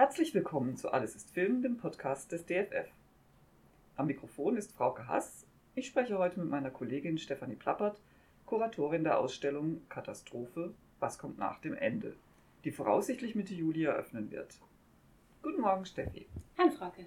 Herzlich willkommen zu Alles ist Film, dem Podcast des DFF. Am Mikrofon ist Frauke Hass. Ich spreche heute mit meiner Kollegin Stefanie Plappert, Kuratorin der Ausstellung Katastrophe, was kommt nach dem Ende, die voraussichtlich Mitte Juli eröffnen wird. Guten Morgen, Steffi. Hallo, Frauke.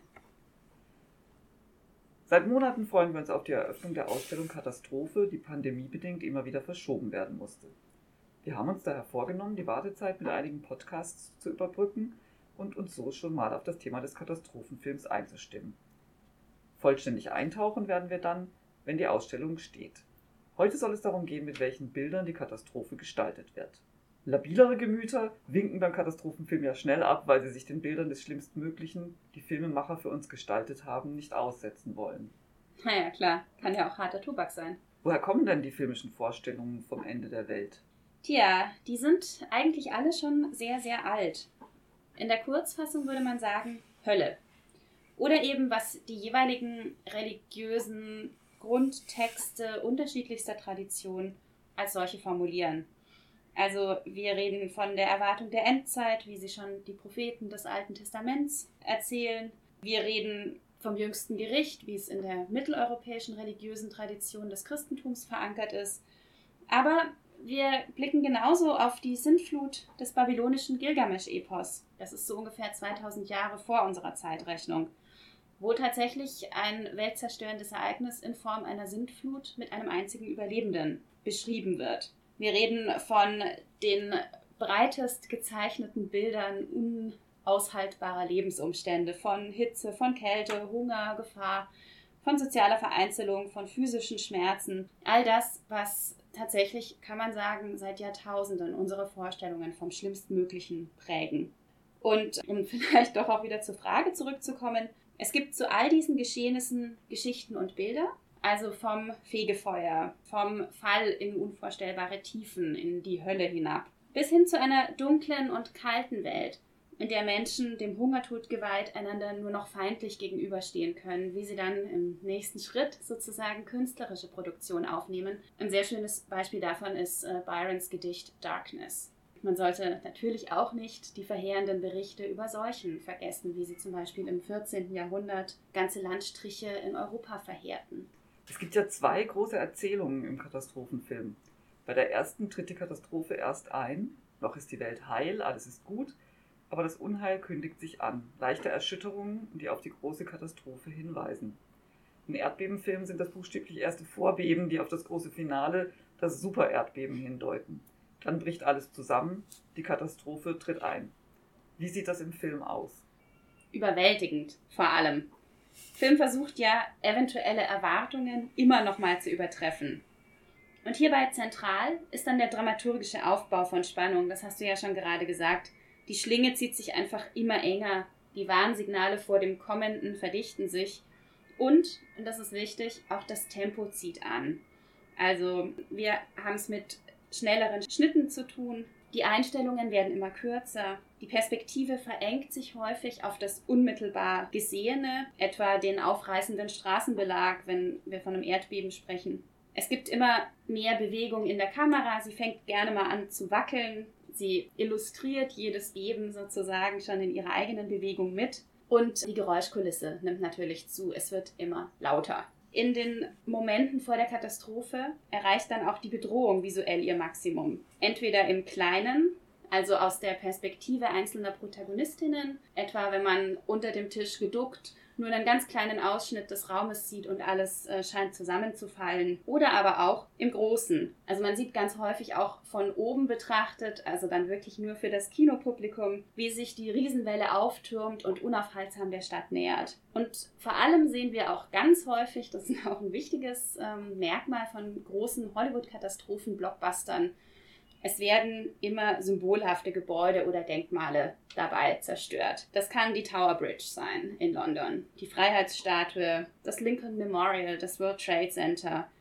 Seit Monaten freuen wir uns auf die Eröffnung der Ausstellung Katastrophe, die pandemiebedingt immer wieder verschoben werden musste. Wir haben uns daher vorgenommen, die Wartezeit mit einigen Podcasts zu überbrücken und uns so schon mal auf das Thema des Katastrophenfilms einzustimmen. Vollständig eintauchen werden wir dann, wenn die Ausstellung steht. Heute soll es darum gehen, mit welchen Bildern die Katastrophe gestaltet wird. Labilere Gemüter winken beim Katastrophenfilm ja schnell ab, weil sie sich den Bildern des Schlimmstmöglichen, die Filmemacher für uns gestaltet haben, nicht aussetzen wollen. Naja, klar, kann ja auch harter Tobak sein. Woher kommen denn die filmischen Vorstellungen vom Ende der Welt? Tja, die sind eigentlich alle schon sehr, sehr alt. In der Kurzfassung würde man sagen Hölle. Oder eben, was die jeweiligen religiösen Grundtexte unterschiedlichster Traditionen als solche formulieren. Also wir reden von der Erwartung der Endzeit, wie sie schon die Propheten des Alten Testaments erzählen. Wir reden vom jüngsten Gericht, wie es in der mitteleuropäischen religiösen Tradition des Christentums verankert ist. Aber wir blicken genauso auf die Sintflut des babylonischen Gilgamesch-Epos. Das ist so ungefähr 2000 Jahre vor unserer Zeitrechnung, wo tatsächlich ein weltzerstörendes Ereignis in Form einer Sintflut mit einem einzigen Überlebenden beschrieben wird. Wir reden von den breitest gezeichneten Bildern unaushaltbarer Lebensumstände, von Hitze, von Kälte, Hunger, Gefahr, von sozialer Vereinzelung, von physischen Schmerzen. All das, was tatsächlich, kann man sagen, seit Jahrtausenden unsere Vorstellungen vom Schlimmstmöglichen prägen. Und um vielleicht doch auch wieder zur Frage zurückzukommen, es gibt zu all diesen Geschehnissen Geschichten und Bilder, also vom Fegefeuer, vom Fall in unvorstellbare Tiefen, in die Hölle hinab, bis hin zu einer dunklen und kalten Welt, in der Menschen dem Hungertod geweiht einander nur noch feindlich gegenüberstehen können, wie sie dann im nächsten Schritt sozusagen künstlerische Produktion aufnehmen. Ein sehr schönes Beispiel davon ist Byrons Gedicht Darkness. Man sollte natürlich auch nicht die verheerenden Berichte über Seuchen vergessen, wie sie zum Beispiel im 14. Jahrhundert ganze Landstriche in Europa verheerten. Es gibt ja zwei große Erzählungen im Katastrophenfilm. Bei der ersten tritt die Katastrophe erst ein, noch ist die Welt heil, alles ist gut, aber das Unheil kündigt sich an. Leichte Erschütterungen, die auf die große Katastrophe hinweisen. In Erdbebenfilmen sind das buchstäblich erste Vorbeben, die auf das große Finale, das Supererdbeben, hindeuten. Dann bricht alles zusammen, die Katastrophe tritt ein. Wie sieht das im Film aus? Überwältigend, vor allem. Film versucht ja, eventuelle Erwartungen immer noch mal zu übertreffen. Und hierbei zentral ist dann der dramaturgische Aufbau von Spannung, das hast du ja schon gerade gesagt. Die Schlinge zieht sich einfach immer enger, die Warnsignale vor dem Kommenden verdichten sich und das ist wichtig, auch das Tempo zieht an. Also wir haben es mit schnelleren Schnitten zu tun, die Einstellungen werden immer kürzer, die Perspektive verengt sich häufig auf das unmittelbar Gesehene, etwa den aufreißenden Straßenbelag, wenn wir von einem Erdbeben sprechen. Es gibt immer mehr Bewegung in der Kamera, sie fängt gerne mal an zu wackeln. Sie illustriert jedes Beben sozusagen schon in ihrer eigenen Bewegung mit. Und die Geräuschkulisse nimmt natürlich zu. Es wird immer lauter. In den Momenten vor der Katastrophe erreicht dann auch die Bedrohung visuell ihr Maximum. Entweder im Kleinen, also aus der Perspektive einzelner Protagonistinnen, etwa wenn man unter dem Tisch geduckt nur einen ganz kleinen Ausschnitt des Raumes sieht und alles scheint zusammenzufallen. Oder aber auch im Großen. Also man sieht ganz häufig auch von oben betrachtet, also dann wirklich nur für das Kinopublikum, wie sich die Riesenwelle auftürmt und unaufhaltsam der Stadt nähert. Und vor allem sehen wir auch ganz häufig, das ist auch ein wichtiges Merkmal von großen Hollywood-Katastrophen-Blockbustern, es werden immer symbolhafte Gebäude oder Denkmale dabei zerstört. Das kann die Tower Bridge sein in London, die Freiheitsstatue, das Lincoln Memorial, das World Trade Center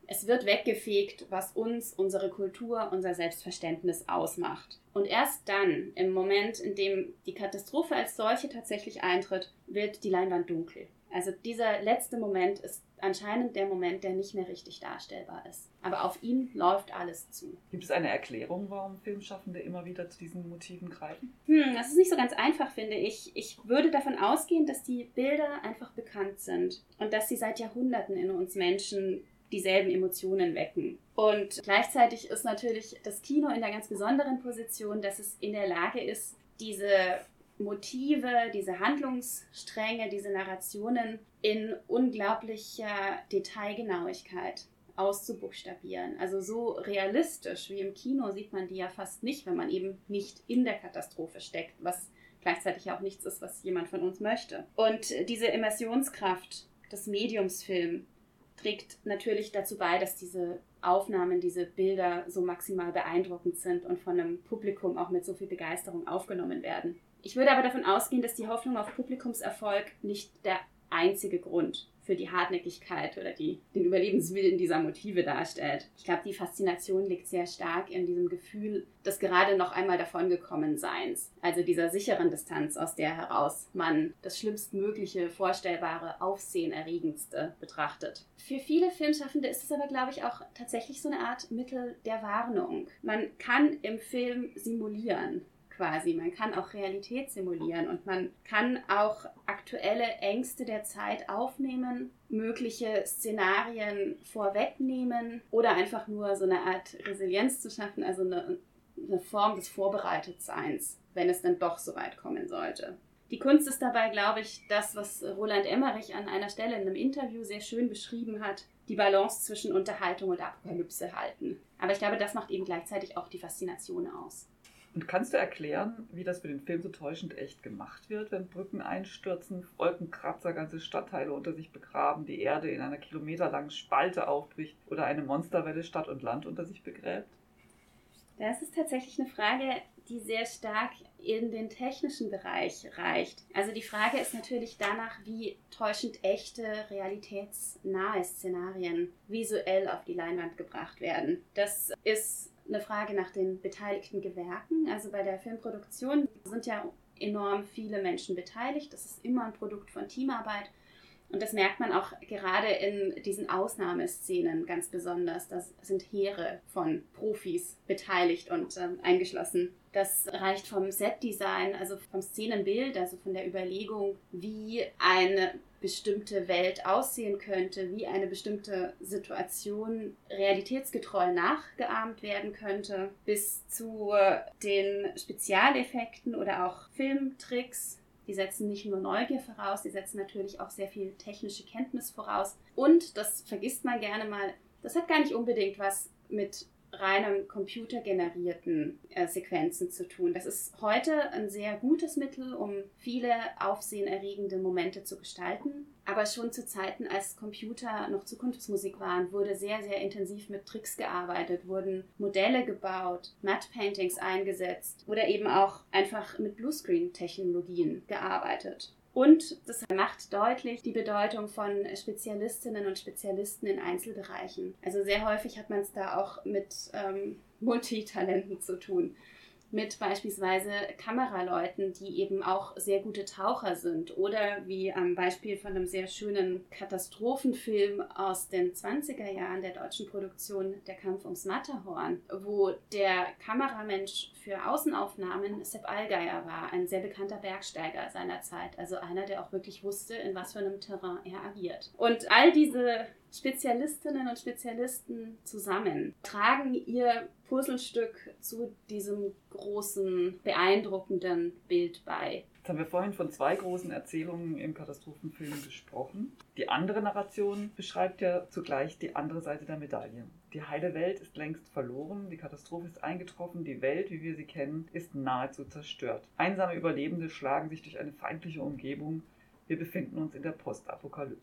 Es wird weggefegt, was uns, unsere Kultur, unser Selbstverständnis ausmacht. Und erst dann, im Moment, in dem die Katastrophe als solche tatsächlich eintritt, wird die Leinwand dunkel. Also dieser letzte Moment ist anscheinend der Moment, der nicht mehr richtig darstellbar ist. Aber auf ihn läuft alles zu. Gibt es eine Erklärung, warum Filmschaffende immer wieder zu diesen Motiven greifen? Das ist nicht so ganz einfach, finde ich. Ich würde davon ausgehen, dass die Bilder einfach bekannt sind und dass sie seit Jahrhunderten in uns Menschen dieselben Emotionen wecken. Und gleichzeitig ist natürlich das Kino in der ganz besonderen Position, dass es in der Lage ist, diese Motive, diese Handlungsstränge, diese Narrationen in unglaublicher Detailgenauigkeit auszubuchstabieren. Also so realistisch wie im Kino sieht man die ja fast nicht, wenn man eben nicht in der Katastrophe steckt, was gleichzeitig ja auch nichts ist, was jemand von uns möchte. Und diese Immersionskraft des Mediumsfilm trägt natürlich dazu bei, dass diese Aufnahmen, diese Bilder so maximal beeindruckend sind und von einem Publikum auch mit so viel Begeisterung aufgenommen werden. Ich würde aber davon ausgehen, dass die Hoffnung auf Publikumserfolg nicht der einzige Grund für die Hartnäckigkeit oder den Überlebenswillen dieser Motive darstellt. Ich glaube, die Faszination liegt sehr stark in diesem Gefühl des gerade noch einmal davongekommenseins, also dieser sicheren Distanz, aus der heraus man das schlimmstmögliche, vorstellbare, aufsehenerregendste betrachtet. Für viele Filmschaffende ist es aber, glaube ich, auch tatsächlich so eine Art Mittel der Warnung. Man kann im Film simulieren. Quasi. Man kann auch Realität simulieren und man kann auch aktuelle Ängste der Zeit aufnehmen, mögliche Szenarien vorwegnehmen oder einfach nur so eine Art Resilienz zu schaffen, also eine Form des Vorbereitetseins, wenn es dann doch so weit kommen sollte. Die Kunst ist dabei, glaube ich, das, was Roland Emmerich an einer Stelle in einem Interview sehr schön beschrieben hat, die Balance zwischen Unterhaltung und Apokalypse halten. Aber ich glaube, das macht eben gleichzeitig auch die Faszination aus. Und kannst du erklären, wie das für den Film so täuschend echt gemacht wird, wenn Brücken einstürzen, Wolkenkratzer ganze Stadtteile unter sich begraben, die Erde in einer kilometerlangen Spalte aufbricht oder eine Monsterwelle Stadt und Land unter sich begräbt? Das ist tatsächlich eine Frage, die sehr stark in den technischen Bereich reicht. Also die Frage ist natürlich danach, wie täuschend echte, realitätsnahe Szenarien visuell auf die Leinwand gebracht werden. Das ist eine Frage nach den beteiligten Gewerken. Also bei der Filmproduktion sind ja enorm viele Menschen beteiligt. Das ist immer ein Produkt von Teamarbeit. Und das merkt man auch gerade in diesen Ausnahmeszenen ganz besonders. Da sind Heere von Profis beteiligt und eingeschlossen. Das reicht vom Setdesign, also vom Szenenbild, also von der Überlegung, wie eine bestimmte Welt aussehen könnte, wie eine bestimmte Situation realitätsgetreu nachgeahmt werden könnte, bis zu den Spezialeffekten oder auch Filmtricks. Die setzen nicht nur Neugier voraus, die setzen natürlich auch sehr viel technische Kenntnis voraus. Und, das vergisst man gerne mal, das hat gar nicht unbedingt was mit reinem computergenerierten Sequenzen zu tun. Das ist heute ein sehr gutes Mittel, um viele aufsehenerregende Momente zu gestalten. Aber schon zu Zeiten, als Computer noch Zukunftsmusik waren, wurde sehr, sehr intensiv mit Tricks gearbeitet, wurden Modelle gebaut, Matte Paintings eingesetzt oder eben auch einfach mit Bluescreen-Technologien gearbeitet. Und das macht deutlich die Bedeutung von Spezialistinnen und Spezialisten in Einzelbereichen. Also sehr häufig hat man es da auch mit Multitalenten zu tun. Mit beispielsweise Kameraleuten, die eben auch sehr gute Taucher sind. Oder wie am Beispiel von einem sehr schönen Katastrophenfilm aus den 20er Jahren der deutschen Produktion Der Kampf ums Matterhorn, wo der Kameramensch für Außenaufnahmen Sepp Allgeier war, ein sehr bekannter Bergsteiger seiner Zeit. Also einer, der auch wirklich wusste, in was für einem Terrain er agiert. Und all diese Spezialistinnen und Spezialisten zusammen tragen ihr Puzzlestück zu diesem großen, beeindruckenden Bild bei. Jetzt haben wir vorhin von 2 großen Erzählungen im Katastrophenfilm gesprochen. Die andere Narration beschreibt ja zugleich die andere Seite der Medaille. Die heile Welt ist längst verloren, die Katastrophe ist eingetroffen, die Welt, wie wir sie kennen, ist nahezu zerstört. Einsame Überlebende schlagen sich durch eine feindliche Umgebung. Wir befinden uns in der Postapokalypse.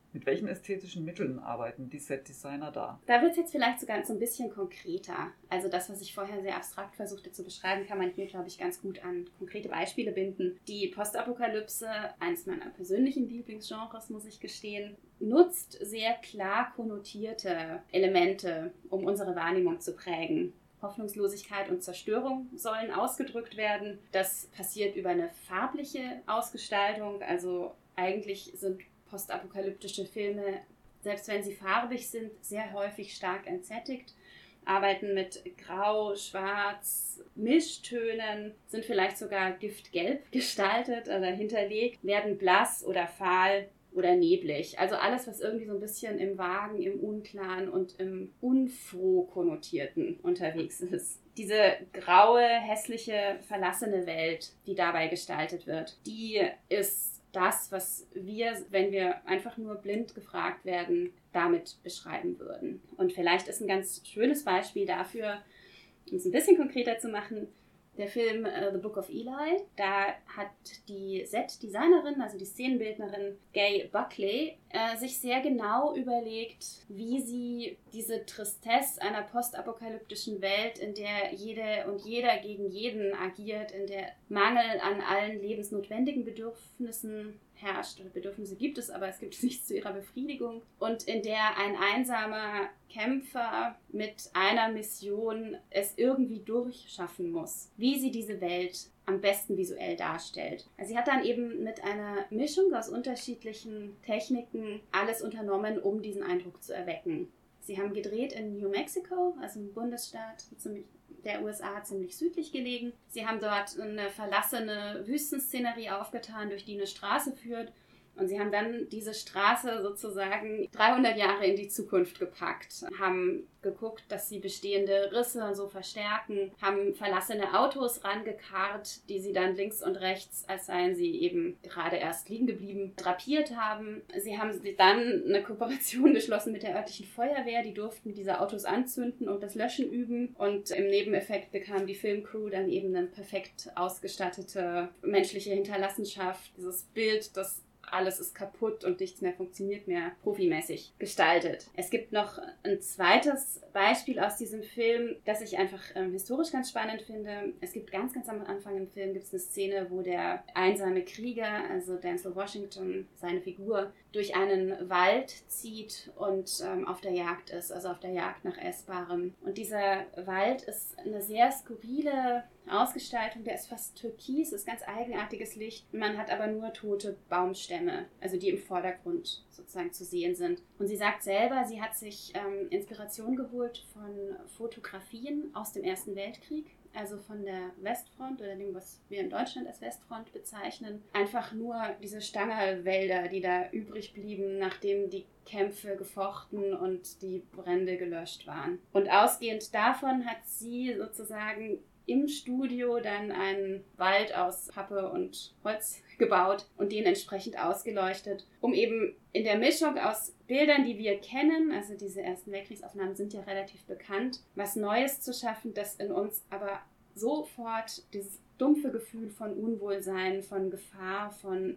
Mit welchen ästhetischen Mitteln arbeiten die Setdesigner da? Da wird es jetzt vielleicht sogar so ein bisschen konkreter. Also das, was ich vorher sehr abstrakt versuchte zu beschreiben, kann man hier, glaube ich, ganz gut an konkrete Beispiele binden. Die Postapokalypse, eines meiner persönlichen Lieblingsgenres, muss ich gestehen, nutzt sehr klar konnotierte Elemente, um unsere Wahrnehmung zu prägen. Hoffnungslosigkeit und Zerstörung sollen ausgedrückt werden. Das passiert über eine farbliche Ausgestaltung. Also eigentlich sind postapokalyptische Filme, selbst wenn sie farbig sind, sehr häufig stark entsättigt, arbeiten mit Grau, Schwarz, Mischtönen, sind vielleicht sogar giftgelb gestaltet oder hinterlegt, werden blass oder fahl oder neblig. Also alles, was irgendwie so ein bisschen im Vagen, im Unklaren und im unfroh Konnotierten unterwegs ist. Diese graue, hässliche, verlassene Welt, die dabei gestaltet wird, die ist das, was wir, wenn wir einfach nur blind gefragt werden, damit beschreiben würden. Und vielleicht ist ein ganz schönes Beispiel dafür, um es ein bisschen konkreter zu machen, der Film The Book of Eli. Da hat die Set-Designerin, also die Szenenbildnerin Gay Buckley, sich sehr genau überlegt, wie sie diese Tristesse einer postapokalyptischen Welt, in der jede und jeder gegen jeden agiert, in der Mangel an allen lebensnotwendigen Bedürfnissen herrscht. Oder Bedürfnisse gibt es, aber es gibt nichts zu ihrer Befriedigung. Und in der ein einsamer Kämpfer mit einer Mission es irgendwie durchschaffen muss. Wie sie diese Welt am besten visuell darstellt. Also sie hat dann eben mit einer Mischung aus unterschiedlichen Techniken alles unternommen, um diesen Eindruck zu erwecken. Sie haben gedreht in New Mexico, also im Bundesstaat der USA ziemlich südlich gelegen. Sie haben dort eine verlassene Wüstenszenerie aufgetan, durch die eine Straße führt. Und sie haben dann diese Straße sozusagen 300 Jahre in die Zukunft gepackt, haben geguckt, dass sie bestehende Risse so verstärken, haben verlassene Autos rangekarrt, die sie dann links und rechts, als seien sie eben gerade erst liegen geblieben, drapiert haben. Sie haben dann eine Kooperation geschlossen mit der örtlichen Feuerwehr, die durften diese Autos anzünden und das Löschen üben. Und im Nebeneffekt bekam die Filmcrew dann eben eine perfekt ausgestattete menschliche Hinterlassenschaft, dieses Bild, das alles ist kaputt und nichts mehr funktioniert mehr, profimäßig gestaltet. Es gibt noch ein zweites Beispiel aus diesem Film, das ich einfach historisch ganz spannend finde. Es gibt ganz am Anfang im Film gibt es eine Szene, wo der einsame Krieger, also Denzel Washington, seine Figur, durch einen Wald zieht und auf der Jagd ist, also auf der Jagd nach Essbarem. Und dieser Wald ist eine sehr skurrile Ausgestaltung, der ist fast türkis, ist ganz eigenartiges Licht. Man hat aber nur tote Baumstämme, also die im Vordergrund sozusagen zu sehen sind. Und sie sagt selber, sie hat sich Inspiration geholt von Fotografien aus dem Ersten Weltkrieg, also von der Westfront oder dem, was wir in Deutschland als Westfront bezeichnen. Einfach nur diese Stangerwälder, die da übrig blieben, nachdem die Kämpfe gefochten und die Brände gelöscht waren. Und ausgehend davon hat sie sozusagen im Studio dann einen Wald aus Pappe und Holz gebaut und den entsprechend ausgeleuchtet, um eben in der Mischung aus Bildern, die wir kennen, also diese Ersten Weltkriegsaufnahmen sind ja relativ bekannt, was Neues zu schaffen, das in uns aber sofort dieses dumpfe Gefühl von Unwohlsein, von Gefahr, von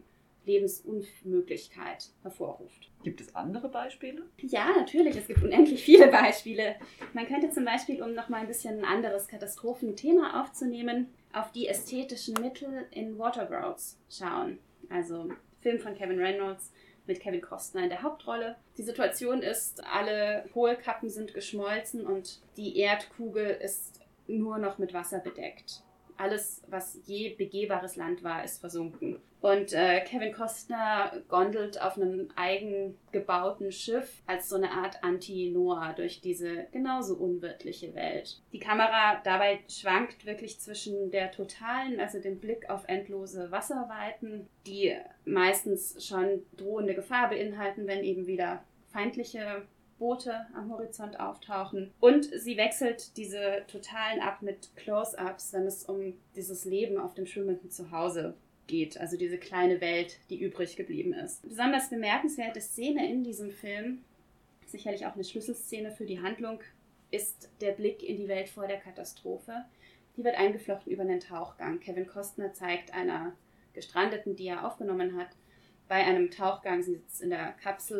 Lebensunmöglichkeit hervorruft. Gibt es andere Beispiele? Ja, natürlich. Es gibt unendlich viele Beispiele. Man könnte zum Beispiel, um nochmal ein bisschen ein anderes Katastrophenthema aufzunehmen, auf die ästhetischen Mittel in Waterworlds schauen. Also Film von Kevin Reynolds mit Kevin Costner in der Hauptrolle. Die Situation ist, alle Polkappen sind geschmolzen und die Erdkugel ist nur noch mit Wasser bedeckt. Alles, was je begehbares Land war, ist versunken. Und Kevin Costner gondelt auf einem eigen gebauten Schiff als so eine Art Anti-Noah durch diese genauso unwirtliche Welt. Die Kamera dabei schwankt wirklich zwischen der totalen, also dem Blick auf endlose Wasserweiten, die meistens schon drohende Gefahr beinhalten, wenn eben wieder feindliche Boote am Horizont auftauchen. Und sie wechselt diese Totalen ab mit Close-Ups, wenn es um dieses Leben auf dem schwimmenden Zuhause geht. Also diese kleine Welt, die übrig geblieben ist. Besonders bemerkenswerte Szene in diesem Film, sicherlich auch eine Schlüsselszene für die Handlung, ist der Blick in die Welt vor der Katastrophe. Die wird eingeflochten über einen Tauchgang. Kevin Costner zeigt einer Gestrandeten, die er aufgenommen hat, bei einem Tauchgang, sie sitzt in der Kapsel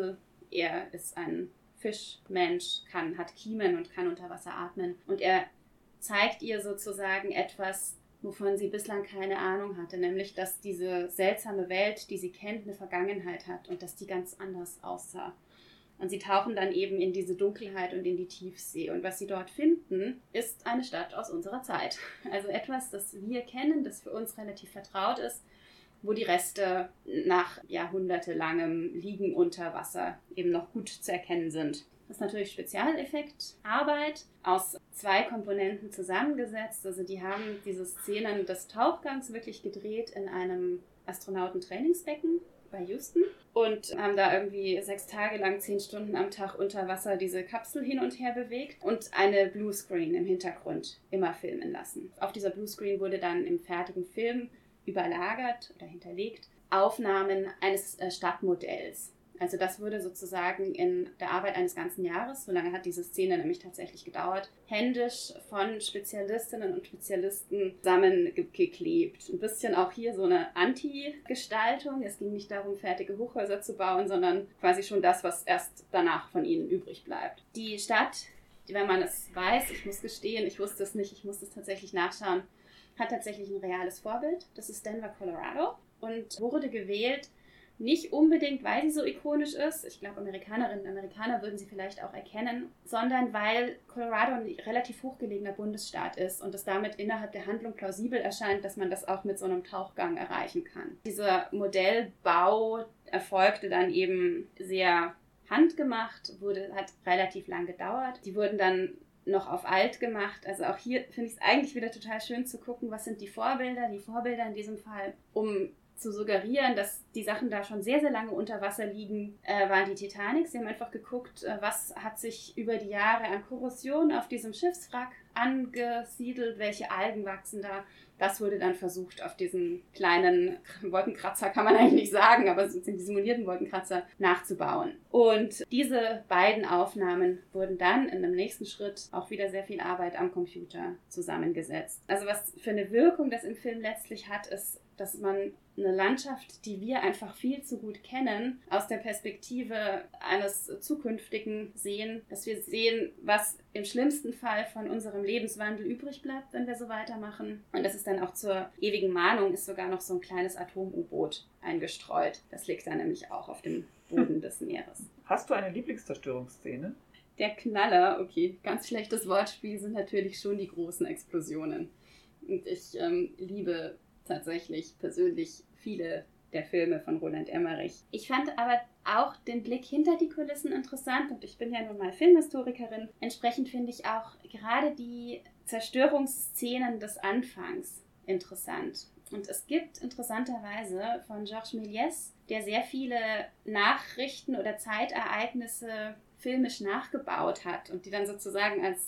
Er ist ein Fischmensch, hat Kiemen und kann unter Wasser atmen. Und er zeigt ihr sozusagen etwas, wovon sie bislang keine Ahnung hatte, nämlich, dass diese seltsame Welt, die sie kennt, eine Vergangenheit hat und dass die ganz anders aussah. Und sie tauchen dann eben in diese Dunkelheit und in die Tiefsee. Und was sie dort finden, ist eine Stadt aus unserer Zeit. Also etwas, das wir kennen, das für uns relativ vertraut ist, wo die Reste nach jahrhundertelangem Liegen unter Wasser eben noch gut zu erkennen sind. Das ist natürlich Spezialeffektarbeit aus 2 Komponenten zusammengesetzt. Also die haben diese Szenen des Tauchgangs wirklich gedreht in einem Astronautentrainingsbecken bei Houston und haben da irgendwie 6 Tage lang 10 Stunden am Tag unter Wasser diese Kapsel hin und her bewegt und eine Bluescreen im Hintergrund immer filmen lassen. Auf dieser Bluescreen wurde dann im fertigen Film überlagert oder hinterlegt Aufnahmen eines Stadtmodells. Also das wurde sozusagen in der Arbeit eines ganzen Jahres, so lange hat diese Szene nämlich tatsächlich gedauert, händisch von Spezialistinnen und Spezialisten zusammengeklebt. Ein bisschen auch hier so eine Anti-Gestaltung. Es ging nicht darum, fertige Hochhäuser zu bauen, sondern quasi schon das, was erst danach von ihnen übrig bleibt. Die Stadt, wenn man es weiß, ich muss gestehen, ich wusste es nicht, ich musste es tatsächlich nachschauen, hat tatsächlich ein reales Vorbild. Das ist Denver, Colorado und wurde gewählt, nicht unbedingt, weil sie so ikonisch ist, ich glaube, Amerikanerinnen und Amerikaner würden sie vielleicht auch erkennen, sondern weil Colorado ein relativ hochgelegener Bundesstaat ist und es damit innerhalb der Handlung plausibel erscheint, dass man das auch mit so einem Tauchgang erreichen kann. Dieser Modellbau erfolgte dann eben sehr handgemacht, hat relativ lang gedauert. Die wurden dann noch auf alt gemacht. Also auch hier finde ich es eigentlich wieder total schön zu gucken, was sind die Vorbilder. Die Vorbilder in diesem Fall, um zu suggerieren, dass die Sachen da schon sehr, sehr lange unter Wasser liegen, war die Titanic. Sie haben einfach geguckt, was hat sich über die Jahre an Korrosion auf diesem Schiffswrack angesiedelt, welche Algen wachsen da. Das wurde dann versucht, auf diesen kleinen Wolkenkratzer, kann man eigentlich nicht sagen, aber die simulierten Wolkenkratzer nachzubauen. Und diese beiden Aufnahmen wurden dann in einem nächsten Schritt auch wieder sehr viel Arbeit am Computer zusammengesetzt. Also was für eine Wirkung das im Film letztlich hat, ist, dass man eine Landschaft, die wir einfach viel zu gut kennen, aus der Perspektive eines Zukünftigen sehen, dass wir sehen, was im schlimmsten Fall von unserem Lebenswandel übrig bleibt, wenn wir so weitermachen. Und das ist dann auch zur ewigen Mahnung, ist sogar noch so ein kleines Atom-U-Boot eingestreut. Das liegt dann nämlich auch auf dem Boden des Meeres. Hast du eine Lieblingszerstörungsszene? Der Knaller, okay, ganz schlechtes Wortspiel, sind natürlich schon die großen Explosionen. Und ich liebe tatsächlich persönlich viele der Filme von Roland Emmerich. Ich fand aber auch den Blick hinter die Kulissen interessant und ich bin ja nun mal Filmhistorikerin. Entsprechend finde ich auch gerade die Zerstörungsszenen des Anfangs interessant. Und es gibt interessanterweise von Georges Méliès, der sehr viele Nachrichten oder Zeitereignisse filmisch nachgebaut hat und die dann sozusagen als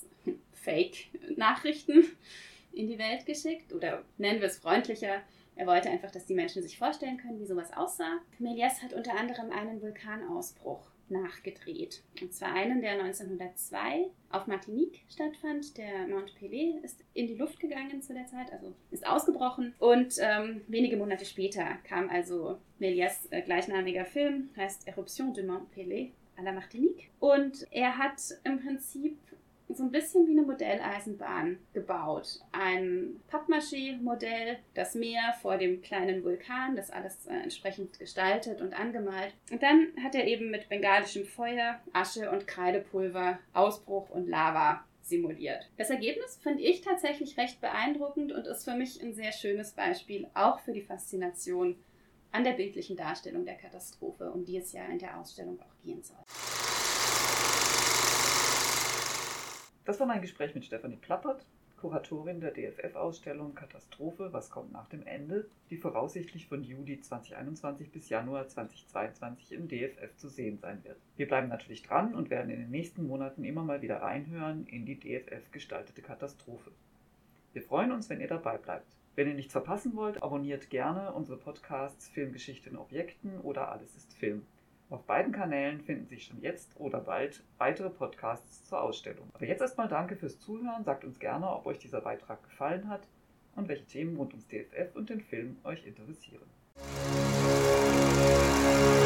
Fake-Nachrichten in die Welt geschickt, oder nennen wir es freundlicher, er wollte einfach, dass die Menschen sich vorstellen können, wie sowas aussah. Méliès hat unter anderem einen Vulkanausbruch nachgedreht. Und zwar einen, der 1902 auf Martinique stattfand. Der Mont Pelée ist in die Luft gegangen zu der Zeit, also ist ausgebrochen. Und wenige Monate später kam also Méliès gleichnamiger Film, heißt Éruption du Mont Pelée à la Martinique. Und er hat im Prinzip so ein bisschen wie eine Modelleisenbahn gebaut. Ein Pappmaché-Modell, das Meer vor dem kleinen Vulkan, das alles entsprechend gestaltet und angemalt. Und dann hat er eben mit bengalischem Feuer, Asche und Kreidepulver Ausbruch und Lava simuliert. Das Ergebnis finde ich tatsächlich recht beeindruckend und ist für mich ein sehr schönes Beispiel, auch für die Faszination an der bildlichen Darstellung der Katastrophe, um die es ja in der Ausstellung auch gehen soll. Das war mein Gespräch mit Stefanie Plappert, Kuratorin der DFF-Ausstellung Katastrophe, was kommt nach dem Ende, die voraussichtlich von Juli 2021 bis Januar 2022 im DFF zu sehen sein wird. Wir bleiben natürlich dran und werden in den nächsten Monaten immer mal wieder reinhören in die DFF gestaltete Katastrophe. Wir freuen uns, wenn ihr dabei bleibt. Wenn ihr nichts verpassen wollt, abonniert gerne unsere Podcasts Filmgeschichte in Objekten oder Alles ist Film. Auf beiden Kanälen finden sich schon jetzt oder bald weitere Podcasts zur Ausstellung. Aber jetzt erstmal danke fürs Zuhören, sagt uns gerne, ob euch dieser Beitrag gefallen hat und welche Themen rund ums DFF und den Film euch interessieren.